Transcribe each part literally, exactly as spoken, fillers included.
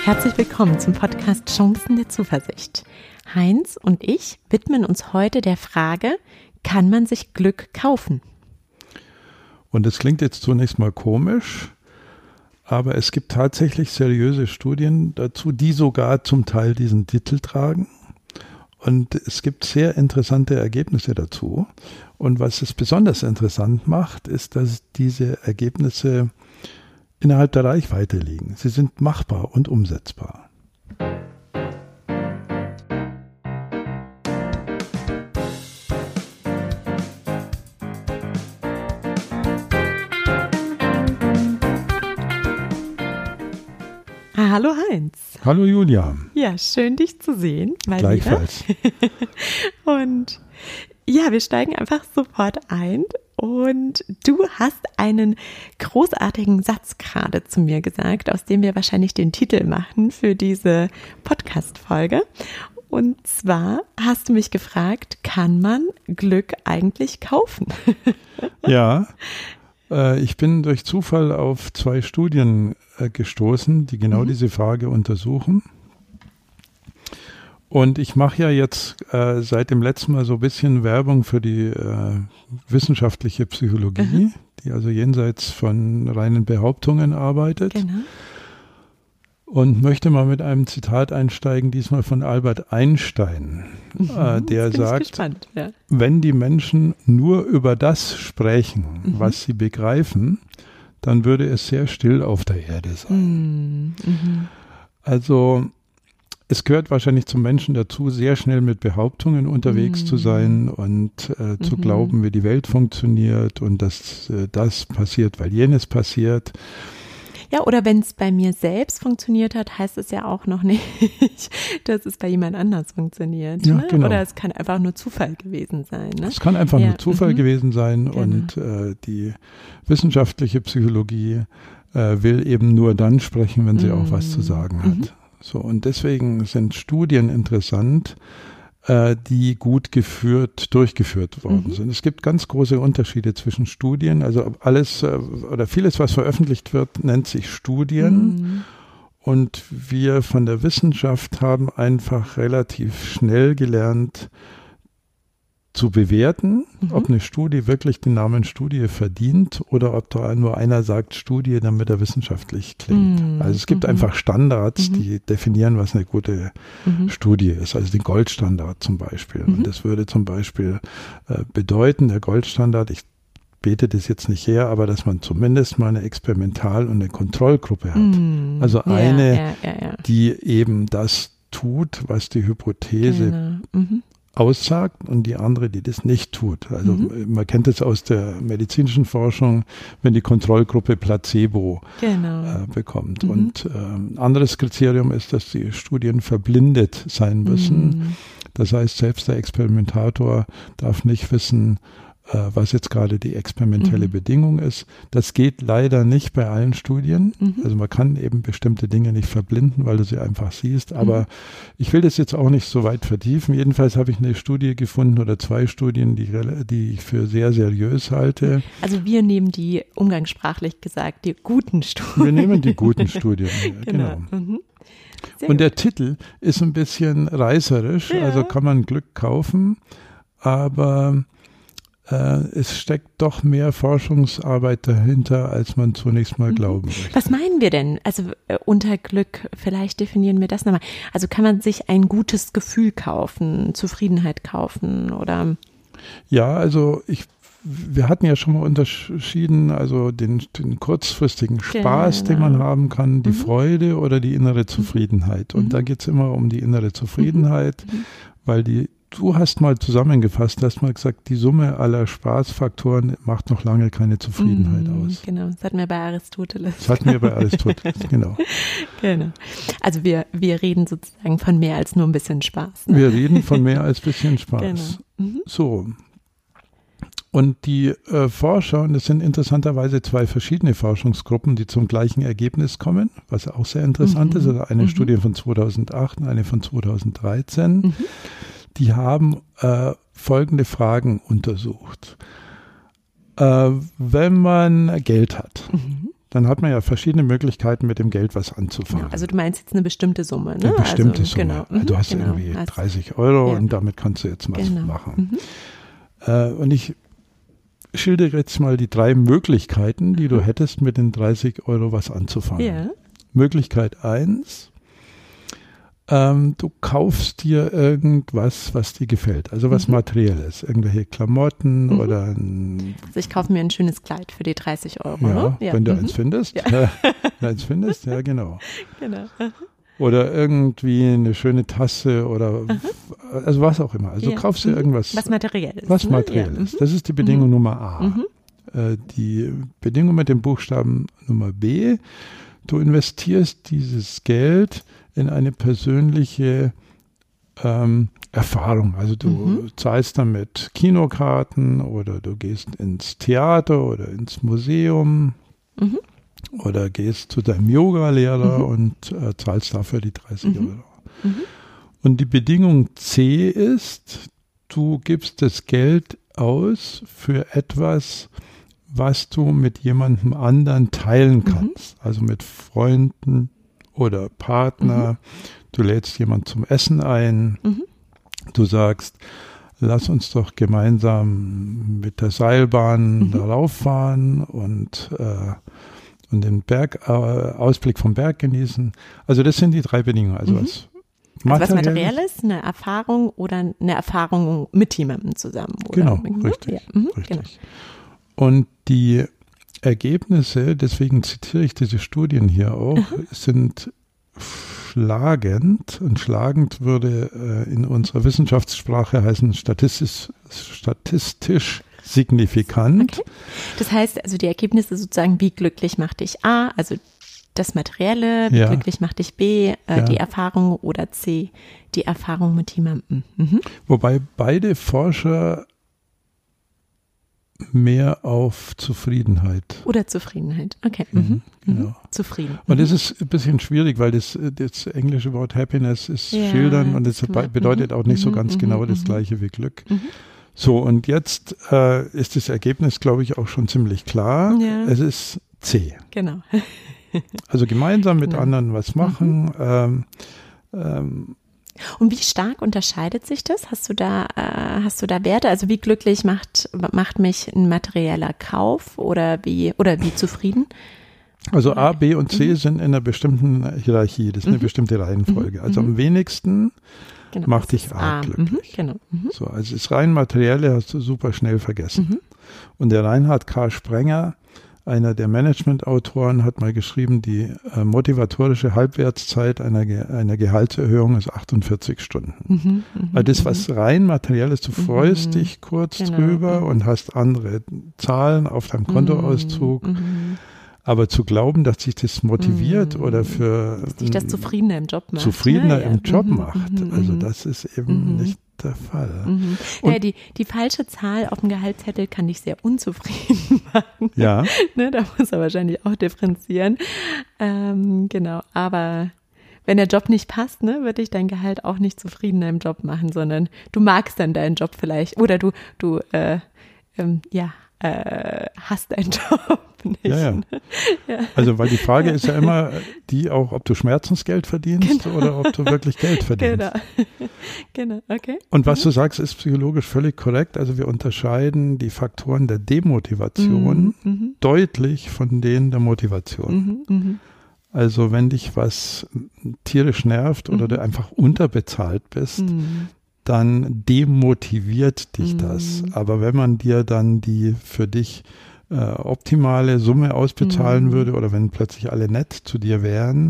Herzlich willkommen zum Podcast Chancen der Zuversicht. Heinz und ich widmen uns heute der Frage, kann man sich Glück kaufen? Und das klingt jetzt zunächst mal komisch, aber es gibt tatsächlich seriöse Studien dazu, die sogar zum Teil diesen Titel tragen. Und es gibt sehr interessante Ergebnisse dazu. Und was es besonders interessant macht, ist, dass diese Ergebnisse innerhalb der Reichweite liegen. Sie sind machbar und umsetzbar. Hallo Heinz. Hallo Julia. Ja, schön dich zu sehen. Mal Gleichfalls. Wieder. Und ja, wir steigen einfach sofort ein. Und du hast einen großartigen Satz gerade zu mir gesagt, aus dem wir wahrscheinlich den Titel machen für diese Podcast-Folge. Und zwar hast du mich gefragt, kann man Glück eigentlich kaufen? Ja, äh, ich bin durch Zufall auf zwei Studien äh, gestoßen, die genau mhm. diese Frage untersuchen. Und ich mache ja jetzt äh, seit dem letzten Mal so ein bisschen Werbung für die äh, wissenschaftliche Psychologie, mhm. die also jenseits von reinen Behauptungen arbeitet. Genau. Und möchte mal mit einem Zitat einsteigen, diesmal von Albert Einstein, mhm, äh, der sagt, gespannt, ja. wenn die Menschen nur über das sprechen, mhm. was sie begreifen, dann würde es sehr still auf der Erde sein. Mhm. Also es gehört wahrscheinlich zum Menschen dazu, sehr schnell mit Behauptungen unterwegs mm. zu sein und äh, zu mm-hmm. glauben, wie die Welt funktioniert und dass äh, das passiert, weil jenes passiert. Ja, oder wenn es bei mir selbst funktioniert hat, heißt es ja auch noch nicht, dass es bei jemand anders funktioniert. Ja, ne? genau. Oder es kann einfach nur Zufall gewesen sein. Ne? Es kann einfach ja. nur Zufall mhm. gewesen sein genau. und äh, die wissenschaftliche Psychologie äh, will eben nur dann sprechen, wenn sie mm. auch was zu sagen hat. Mhm. So, und deswegen sind Studien interessant, äh, die gut geführt, durchgeführt worden mhm. sind. Es gibt ganz große Unterschiede zwischen Studien. Also alles äh, oder vieles, was veröffentlicht wird, nennt sich Studien. Mhm. Und wir von der Wissenschaft haben einfach relativ schnell gelernt, zu bewerten, mhm. ob eine Studie wirklich den Namen Studie verdient oder ob da nur einer sagt Studie, damit er wissenschaftlich klingt. Mhm. Also es gibt mhm. einfach Standards, mhm. die definieren, was eine gute mhm. Studie ist. Also den Goldstandard zum Beispiel. Mhm. Und das würde zum Beispiel äh, bedeuten, der Goldstandard, ich bete das jetzt nicht her, aber dass man zumindest mal eine Experimental- und eine Kontrollgruppe hat. Mhm. Also eine, ja, ja, ja, ja. die eben das tut, was die Hypothese genau. mhm. aussagt und die andere, die das nicht tut. Also mhm. man kennt es aus der medizinischen Forschung, wenn die Kontrollgruppe Placebo genau. äh, bekommt. Mhm. Und äh, ein anderes Kriterium ist, dass die Studien verblindet sein müssen. Mhm. Das heißt, selbst der Experimentator darf nicht wissen, was jetzt gerade die experimentelle mhm. Bedingung ist. Das geht leider nicht bei allen Studien. Mhm. Also man kann eben bestimmte Dinge nicht verblinden, weil du sie einfach siehst. Aber mhm. ich will das jetzt auch nicht so weit vertiefen. Jedenfalls habe ich eine Studie gefunden oder zwei Studien, die, die ich für sehr seriös halte. Also wir nehmen die, umgangssprachlich gesagt, die guten Studien. Wir nehmen die guten Studien. genau. genau. Mhm. Und gut. Der Titel ist ein bisschen reißerisch. Ja. Also kann man Glück kaufen, aber es steckt doch mehr Forschungsarbeit dahinter, als man zunächst mal glauben möchte. Was meinen wir denn? Also äh, unter Glück, vielleicht definieren wir das nochmal. Also kann man sich ein gutes Gefühl kaufen, Zufriedenheit kaufen oder? Ja, also ich, wir hatten ja schon mal unterschieden, also den, den kurzfristigen Spaß, genau. den man haben kann, die mhm. Freude oder die innere Zufriedenheit. Und mhm. da geht es immer um die innere Zufriedenheit, mhm. weil die Du hast mal zusammengefasst, hast mal gesagt, die Summe aller Spaßfaktoren macht noch lange keine Zufriedenheit mm, aus. Genau, das hatten wir bei Aristoteles. Das hatten wir bei Aristoteles, genau. Genau. Also wir, wir reden sozusagen von mehr als nur ein bisschen Spaß. Ne? Wir reden von mehr als ein bisschen Spaß. Genau. Mhm. So. Und die äh, Forscher, und das sind interessanterweise zwei verschiedene Forschungsgruppen, die zum gleichen Ergebnis kommen, was auch sehr interessant mhm. ist, also eine mhm. Studie von zweitausendacht und eine von zweitausenddreizehn. Mhm. Die haben äh, folgende Fragen untersucht. Äh, wenn man Geld hat, mhm. dann hat man ja verschiedene Möglichkeiten, mit dem Geld was anzufangen. Genau, also du meinst jetzt eine bestimmte Summe, ne? Eine bestimmte also, Summe. Genau. Du hast genau. irgendwie hast dreißig Euro ja. und damit kannst du jetzt was genau. machen. Mhm. Äh, und ich schildere jetzt mal die drei Möglichkeiten, die du hättest, mit den dreißig Euro was anzufangen. Ja. Möglichkeit eins, ähm, du kaufst dir irgendwas, was dir gefällt, also was mhm. Materielles, irgendwelche Klamotten mhm. oder ein, also ich kaufe mir ein schönes Kleid für die dreißig Euro. Ja, ne? ja. wenn du mhm. eins findest. Ja. Ja, wenn du eins findest, ja genau. Genau. Oder irgendwie eine schöne Tasse oder Aha. also was auch immer. Also ja. du kaufst dir mhm. irgendwas. Was Materielles. Was ne? Materielles. Ja. Das ist die Bedingung mhm. Nummer A. Mhm. Äh, die Bedingung mit dem Buchstaben Nummer B. Du investierst dieses Geld in eine persönliche ähm, Erfahrung. Also du mhm. zahlst damit Kinokarten oder du gehst ins Theater oder ins Museum. Mhm. Oder gehst zu deinem Yoga-Lehrer mhm. und äh, zahlst dafür die dreißig mhm. Euro. Mhm. Und die Bedingung C ist, du gibst das Geld aus für etwas, was du mit jemandem anderen teilen kannst. Mhm. Also mit Freunden oder Partner. Mhm. Du lädst jemanden zum Essen ein. Mhm. Du sagst, lass uns doch gemeinsam mit der Seilbahn mhm. darauf fahren und äh, und den Berg, äh, Ausblick vom Berg genießen. Also das sind die drei Bedingungen. Also, mhm. was, Materielles, also was Materielles, eine Erfahrung oder eine Erfahrung mit jemandem zusammen. Oder? Genau, richtig. Ja. Mhm, richtig. Genau. Und die Ergebnisse, deswegen zitiere ich diese Studien hier auch, mhm. sind schlagend. Und schlagend würde äh, in unserer Wissenschaftssprache heißen statistisch, statistisch signifikant. Okay. Das heißt, also die Ergebnisse sozusagen, wie glücklich macht dich A, also das Materielle, wie ja. glücklich macht dich B, äh, ja. die Erfahrung, oder C, die Erfahrung mit jemandem. Mhm. Wobei beide Forscher mehr auf Zufriedenheit. Oder Zufriedenheit, okay. Mhm. Genau. Mhm. Zufrieden. Und das ist ein bisschen schwierig, weil das, das englische Wort Happiness ist ja, schildern und das bedeutet auch nicht so ganz mhm. genau das gleiche wie Glück. Mhm. So, und jetzt äh, ist das Ergebnis, glaube ich, auch schon ziemlich klar. Ja. Es ist C. Genau. Also gemeinsam mit genau. anderen was machen. Mhm. Ähm, ähm, und wie stark unterscheidet sich das? Hast du da, äh, hast du da Werte? Also wie glücklich macht, macht mich ein materieller Kauf oder wie, oder wie zufrieden? Also A, B und C mhm. sind in einer bestimmten Hierarchie. Das ist eine mhm. bestimmte Reihenfolge. Also mhm. am wenigsten Genau, macht dich A glücklich. Mhm, genau. Mhm. So, also das rein Materielle hast du super schnell vergessen. Mhm. Und der Reinhard K. Sprenger, einer der Management-Autoren, hat mal geschrieben, die äh, motivatorische Halbwertszeit einer, Ge- einer Gehaltserhöhung ist achtundvierzig Stunden. Mhm, mh, also das, was rein Materielles, du freust mhm, dich kurz genau, drüber mhm. und hast andere Zahlen auf deinem Kontoauszug. Mhm. Aber zu glauben, dass sich das motiviert mm. oder für dass dich das zufriedener im Job macht. Zufriedener ja, im ja. Job mhm, macht. Mhm, also das ist eben mhm. nicht der Fall. Mhm. Ja, die, die falsche Zahl auf dem Gehaltszettel kann dich sehr unzufrieden machen. Ja. ne, da muss er wahrscheinlich auch differenzieren. Ähm, genau, aber wenn der Job nicht passt, ne, wird dich dein Gehalt auch nicht zufriedener im Job machen, sondern du magst dann deinen Job vielleicht oder du, du äh, ähm, ja, äh, hast deinen Job nicht. Ja, ja. ja. Also, weil die Frage ja. ist ja immer die auch, ob du Schmerzensgeld verdienst genau. oder ob du wirklich Geld verdienst. Genau, genau. Okay. Und was mhm. du sagst, ist psychologisch völlig korrekt. Also wir unterscheiden die Faktoren der Demotivation mhm. deutlich von denen der Motivation. Mhm. Mhm. Also wenn dich was tierisch nervt oder mhm. du einfach unterbezahlt bist, mhm. dann demotiviert dich mhm. das. Aber wenn man dir dann die für dich äh, optimale Summe ausbezahlen mhm. würde oder wenn plötzlich alle nett zu dir wären,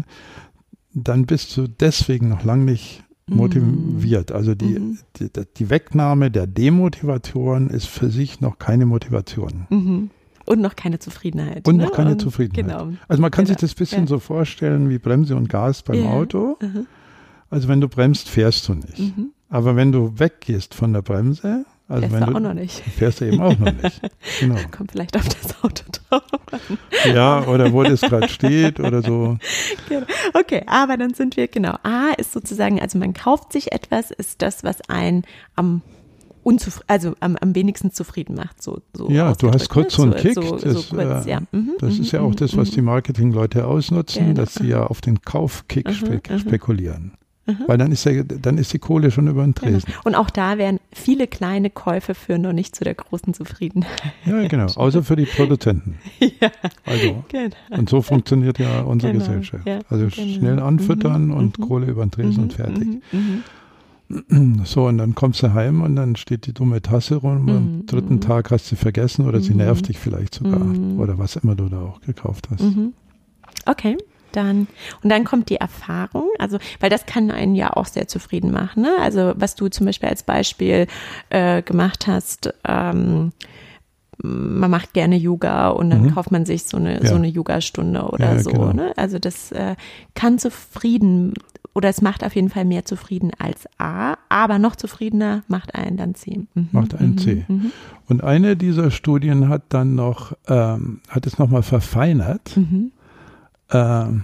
dann bist du deswegen noch lange nicht motiviert. Also die, mhm. die, die Wegnahme der Demotivatoren ist für sich noch keine Motivation. Mhm. Und noch keine Zufriedenheit. Und ne? noch keine und, Zufriedenheit. Genau. Also man kann genau. sich das ein bisschen ja. so vorstellen wie Bremse und Gas beim ja. Auto. Mhm. Also wenn du bremst, fährst du nicht. Mhm. Aber wenn du weggehst von der Bremse, also fährst wenn du du auch noch nicht. Fährst du eben auch noch nicht. Genau. Kommt vielleicht auf das Auto drauf an. Ja, oder wo das gerade steht oder so. Genau. Okay, aber dann sind wir, genau, A ist sozusagen, also man kauft sich etwas, ist das, was einen am unzufrieden, also am, am wenigsten zufrieden macht. So, so ja, du hast kurz so einen Kick. So, das so kurz, äh, ja. mhm, das ist ja auch das, was die Marketingleute ausnutzen, genau. dass sie ja auf den Kaufkick spe mhm, spekulieren. Mhm. Weil dann ist, der, dann ist die Kohle schon über den Tresen. Genau. Und auch da wären viele kleine Käufe führen noch nicht zu der großen Zufriedenheit. Ja, genau. Außer für die Produzenten. ja, also, genau. Und so funktioniert ja unsere genau. Gesellschaft. Ja, also genau. schnell anfüttern mhm. und mhm. Kohle über den Tresen mhm. und fertig. Mhm. So, und dann kommst du heim und dann steht die dumme Tasse rum. Mhm. Am dritten Tag hast du sie vergessen oder sie Mhm. nervt dich vielleicht sogar. Mhm. Oder was immer du da auch gekauft hast. Mhm. Okay. Dann, und dann kommt die Erfahrung, also, weil das kann einen ja auch sehr zufrieden machen, ne? Also, was du zum Beispiel als Beispiel äh, gemacht hast, ähm, man macht gerne Yoga und dann mhm. kauft man sich so eine, ja. so eine Yogastunde oder ja, so, genau. ne? Also, das äh, kann zufrieden, oder es macht auf jeden Fall mehr zufrieden als A, aber noch zufriedener macht einen dann C. Mhm. Macht einen C. Mhm. Und eine dieser Studien hat dann noch, ähm, hat es nochmal verfeinert. Mhm. Ähm,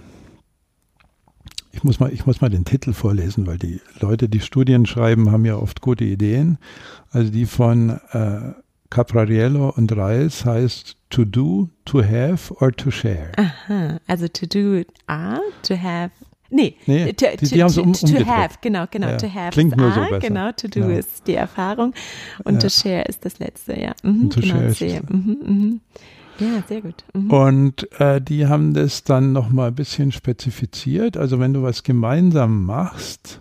ich muss mal, ich muss mal den Titel vorlesen, weil die Leute, die Studien schreiben, haben ja oft gute Ideen. Also die von äh, Caprariello und Reis heißt to do, to have or to share. Aha, also to do A, to have. Nee, nee to, die, die haben so um, to have, genau, genau, ja, to have klingt nur A, so besser. Genau, to do ja. ist die Erfahrung und ja. to share ist das letzte, ja. Mhm, to genau, share C. Mhm, mhm. Ja, sehr gut. Mhm. Und äh, die haben das dann nochmal ein bisschen spezifiziert. Also wenn du was gemeinsam machst,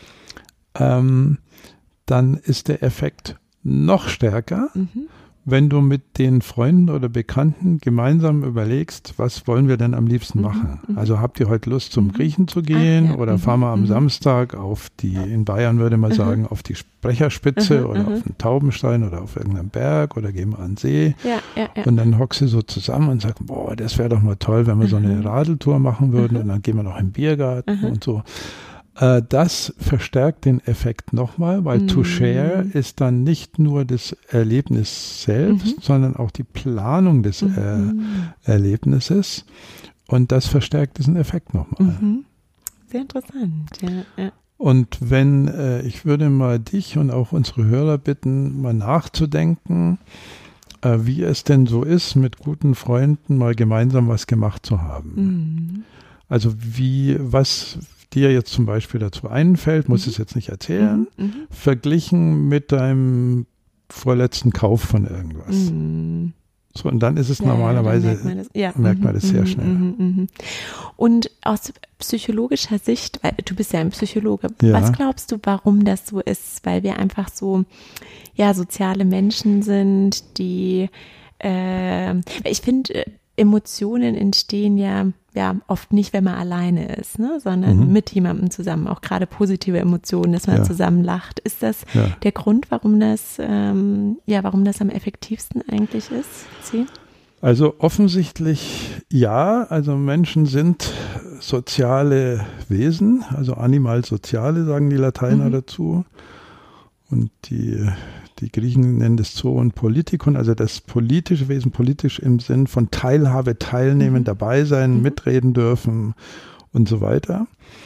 ähm, dann ist der Effekt noch stärker, mhm. wenn du mit den Freunden oder Bekannten gemeinsam überlegst, was wollen wir denn am liebsten mhm. machen? Mhm. Also habt ihr heute Lust zum Griechen zu gehen Ach, ja. oder mhm. fahren wir am mhm. Samstag auf die, in Bayern würde man sagen, auf die Sprecherspitze mhm. oder mhm. auf den Taubenstein oder auf irgendeinen Berg oder gehen wir an den See. Ja, ja, ja. Und dann hockst du so zusammen und sagst, boah, das wäre doch mal toll, wenn wir so eine mhm. Radeltour machen würden mhm. und dann gehen wir noch in den Biergarten mhm. und so. Das verstärkt den Effekt nochmal, weil mm. to share ist dann nicht nur das Erlebnis selbst, mm-hmm. sondern auch die Planung des mm-hmm. äh, Erlebnisses. Und das verstärkt diesen Effekt nochmal. Mm-hmm. Sehr interessant, ja. ja. Und wenn, äh, ich würde mal dich und auch unsere Hörer bitten, mal nachzudenken, äh, wie es denn so ist, mit guten Freunden mal gemeinsam was gemacht zu haben. Mm. Also wie, was dir jetzt zum Beispiel dazu einfällt, muss mhm. es jetzt nicht erzählen, mhm. verglichen mit deinem vorletzten Kauf von irgendwas. Mhm. So, und dann ist es ja, normalerweise, merkt man das, ja. merkt man das sehr schnell. Mhm, mhm. Und aus psychologischer Sicht, weil du bist ja ein Psychologe, ja. was glaubst du, warum das so ist? Weil wir einfach so, ja, soziale Menschen sind, die, äh, ich finde, Emotionen entstehen ja, ja oft nicht, wenn man alleine ist, ne, sondern mhm. mit jemandem zusammen, auch gerade positive Emotionen, dass man ja. zusammen lacht. Ist das ja. der Grund, warum das, ähm, ja, warum das am effektivsten eigentlich ist? Sie? Also offensichtlich ja, also Menschen sind soziale Wesen, also animal soziale, sagen die Lateiner mhm. dazu. Und die Die Griechen nennen das Zoon Politikon, also das politische Wesen, politisch im Sinn von Teilhabe, Teilnehmen, mhm. dabei sein, mhm. mitreden dürfen und so weiter.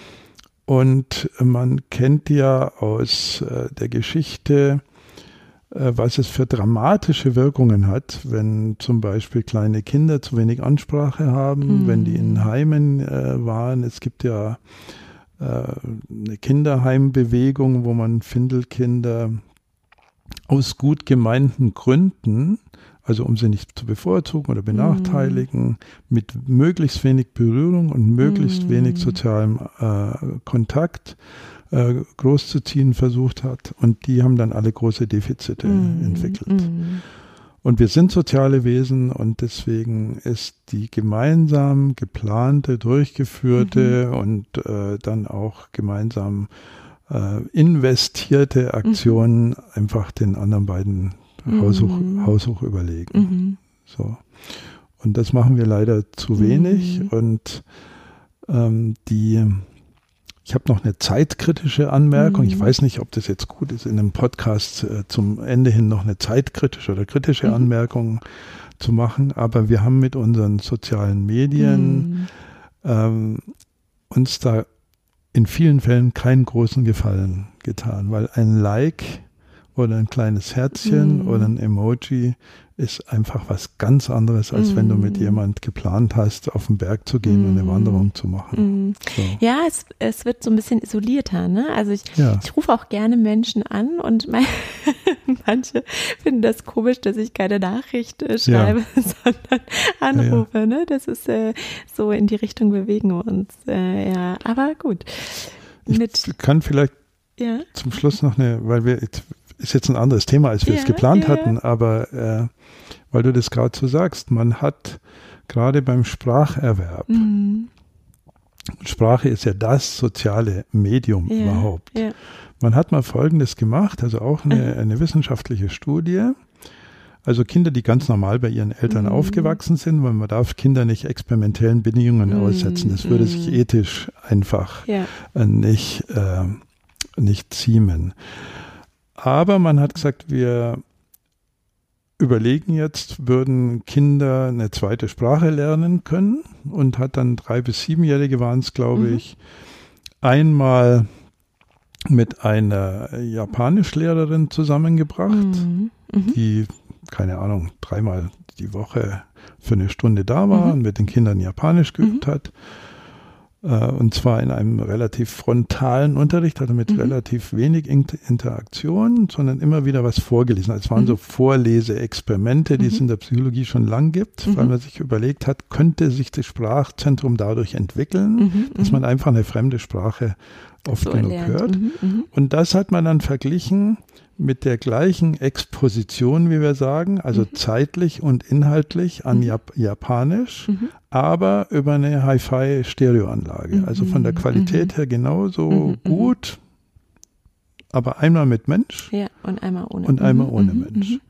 Und man kennt ja aus äh, der Geschichte, äh, was es für dramatische Wirkungen hat, wenn zum Beispiel kleine Kinder zu wenig Ansprache haben, mhm. wenn die in Heimen äh, waren. Es gibt ja äh, eine Kinderheimbewegung, wo man Findelkinder aus gut gemeinten Gründen, also um sie nicht zu bevorzugen oder benachteiligen, mm. mit möglichst wenig Berührung und möglichst mm. wenig sozialem äh, Kontakt äh, großzuziehen versucht hat. Und die haben dann alle große Defizite mm. entwickelt. Mm. Und wir sind soziale Wesen und deswegen ist die gemeinsam geplante, durchgeführte mm-hmm. und äh, dann auch gemeinsam Äh, investierte Aktionen mhm. einfach den anderen beiden mhm. haushoch, haushoch überlegen. Mhm. So. Und das machen wir leider zu wenig. Mhm. Und ähm, die, ich habe noch eine zeitkritische Anmerkung. Mhm. Ich weiß nicht, ob das jetzt gut ist, in einem Podcast äh, zum Ende hin noch eine zeitkritische oder kritische mhm. Anmerkung zu machen. Aber wir haben mit unseren sozialen Medien mhm. ähm, uns da in vielen Fällen keinen großen Gefallen getan, weil ein Like oder ein kleines Herzchen mm. oder ein Emoji ist einfach was ganz anderes, als mm. wenn du mit jemand geplant hast, auf den Berg zu gehen mm. und eine Wanderung zu machen. Mm. So. Ja, es, es wird so ein bisschen isolierter, ne? Also ich, ja. ich rufe auch gerne Menschen an und mein, manche finden das komisch, dass ich keine Nachricht äh, schreibe, ja. sondern anrufe, ja, ja. ne? Das ist äh, so, in die Richtung bewegen wir uns, äh, ja. Aber gut. Mit, ich kann vielleicht ja. zum Schluss noch eine, weil wir, ist jetzt ein anderes Thema, als wir ja, es geplant ja, hatten, aber äh, weil du das gerade so sagst, man hat gerade beim Spracherwerb, mhm. Sprache ist ja das soziale Medium ja, überhaupt. Ja. Man hat mal Folgendes gemacht, also auch eine, eine wissenschaftliche Studie, also Kinder, die ganz normal bei ihren Eltern mhm. aufgewachsen sind, weil man darf Kinder nicht experimentellen Bedingungen mhm. aussetzen, das würde mhm. sich ethisch einfach ja. äh, nicht, äh, nicht ziemen. Aber man hat gesagt, wir überlegen jetzt, würden Kinder eine zweite Sprache lernen können und hat dann drei- bis siebenjährige waren es, glaube mhm. ich, einmal mit einer Japanischlehrerin zusammengebracht, mhm. Mhm. die, keine Ahnung, dreimal die Woche für eine Stunde da war mhm. und mit den Kindern Japanisch geübt mhm. hat. Und zwar in einem relativ frontalen Unterricht, also mit mhm. relativ wenig Interaktion, sondern immer wieder was vorgelesen. Es waren mhm. so Vorleseexperimente, die mhm. es in der Psychologie schon lang gibt, mhm. weil man sich überlegt hat, könnte sich das Sprachzentrum dadurch entwickeln, mhm. dass man einfach eine fremde Sprache oft so genug erlernt. hört. Mhm. Mhm. Und das hat man dann verglichen mit der gleichen Exposition, wie wir sagen, also mhm. zeitlich und inhaltlich an mhm. Jap- Japanisch, mhm. aber über eine Hi-Fi-Stereoanlage. Mhm. Also von der Qualität mhm. her genauso mhm. gut, aber einmal mit Mensch ja, und einmal ohne, und einmal mhm. ohne mhm. Mensch. Mhm.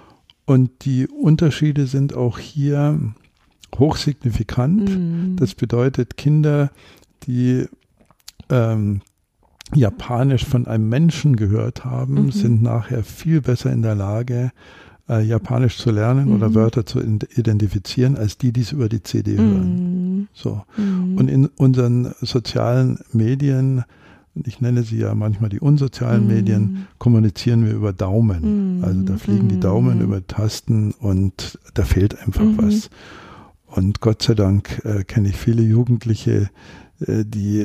Und die Unterschiede sind auch hier hochsignifikant. Mhm. Das bedeutet, Kinder, die ähm, Japanisch von einem Menschen gehört haben, mhm. sind nachher viel besser in der Lage, äh, Japanisch zu lernen mhm. oder Wörter zu identifizieren, als die, die es über die C D hören. Mhm. So. Mhm. Und in unseren sozialen Medien, ich nenne sie ja manchmal die unsozialen mhm. Medien, kommunizieren wir über Daumen. Mhm. Also da fliegen mhm. die Daumen über Tasten und da fehlt einfach mhm. was. Und Gott sei Dank äh, kenne ich viele Jugendliche, äh, die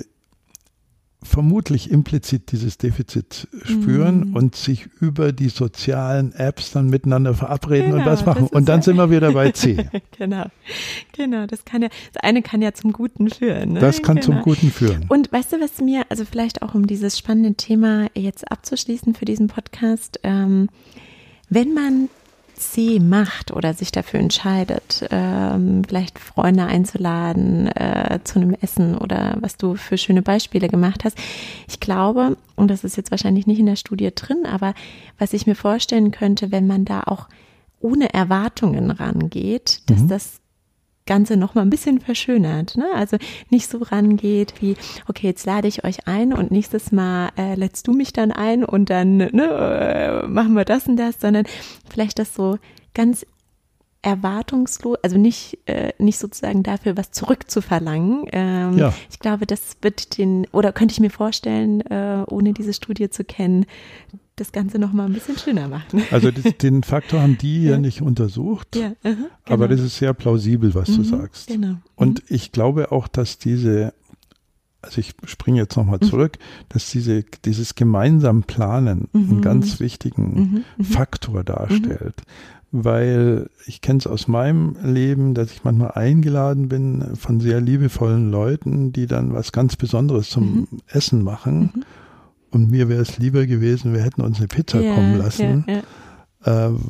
vermutlich implizit dieses Defizit spüren mm. und sich über die sozialen Apps dann miteinander verabreden genau, und was machen. Und dann ja sind wir wieder bei C. Genau, genau. Das kann ja, das eine kann ja zum Guten führen. Ne? Das kann genau. zum Guten führen. Und weißt du, was mir, also vielleicht auch um dieses spannende Thema jetzt abzuschließen für diesen Podcast, ähm, wenn man C macht oder sich dafür entscheidet, ähm, vielleicht Freunde einzuladen äh, zu einem Essen oder was du für schöne Beispiele gemacht hast. Ich glaube, und das ist jetzt wahrscheinlich nicht in der Studie drin, aber was ich mir vorstellen könnte, wenn man da auch ohne Erwartungen rangeht, dass mhm. das Ganze noch mal ein bisschen verschönert, ne? Also nicht so rangeht wie, okay, jetzt lade ich euch ein und nächstes Mal äh, lädst du mich dann ein und dann ne, äh, machen wir das und das, sondern vielleicht das so ganz erwartungslos, also nicht äh, nicht sozusagen dafür was zurückzuverlangen. Ähm, ja. Ich glaube, das wird den, oder könnte ich mir vorstellen, äh, ohne diese Studie zu kennen, das Ganze noch mal ein bisschen schöner machen. Also das, den Faktor haben die ja, ja nicht untersucht, ja, uh-huh, genau. aber das ist sehr plausibel, was mhm, du sagst. Genau. Und mhm. ich glaube auch, dass diese, also ich springe jetzt nochmal mhm. zurück, dass diese dieses gemeinsam Planen mhm. einen ganz wichtigen mhm. Faktor darstellt. Mhm. Weil ich kenne es aus meinem Leben, dass ich manchmal eingeladen bin von sehr liebevollen Leuten, die dann was ganz Besonderes zum mhm. Essen machen. Mhm. Und mir wäre es lieber gewesen, wir hätten uns eine Pizza ja, kommen lassen, ja, ja. Äh,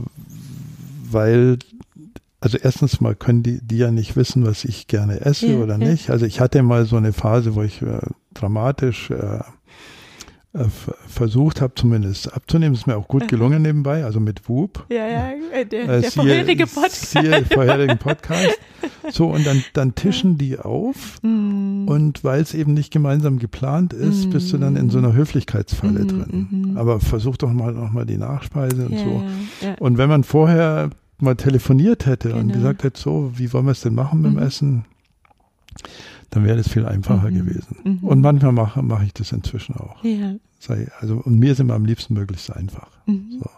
weil, also erstens mal können die, die ja nicht wissen, was ich gerne esse ja, oder ja. nicht. Also ich hatte mal so eine Phase, wo ich äh, dramatisch äh, äh, versucht habe, zumindest abzunehmen. Ist mir auch gut gelungen nebenbei, also mit Whoop. Ja, ja, der, äh, der siehe, vorherige Podcast. Siehe, vorherigen Podcast. So, und dann, dann tischen die auf mm. und weil es eben nicht gemeinsam geplant ist, mm. bist du dann in so einer Höflichkeitsfalle mm, drin. Mm. Aber versuch doch mal nochmal die Nachspeise und ja, so. Ja, ja. Und wenn man vorher mal telefoniert hätte genau. und gesagt hätte, so, wie wollen wir es denn machen mit dem mm. Essen, dann wäre das viel einfacher mm. gewesen. Mm. Und manchmal mache, mache ich das inzwischen auch. Ja. sei, also, und mir ist immer am liebsten möglichst einfach. Mhm. So.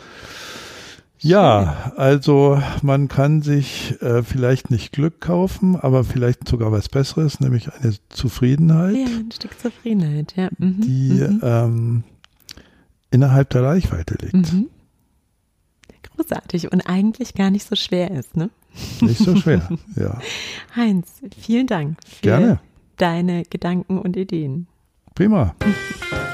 Ja, also man kann sich äh, vielleicht nicht Glück kaufen, aber vielleicht sogar was Besseres, nämlich eine Zufriedenheit. Ja, ein Stück Zufriedenheit, ja. Mhm. Die mhm. ähm, innerhalb der Reichweite liegt. Mhm. Großartig und eigentlich gar nicht so schwer ist, ne? Nicht so schwer, ja. Heinz, vielen Dank für Gerne. deine Gedanken und Ideen. Prima.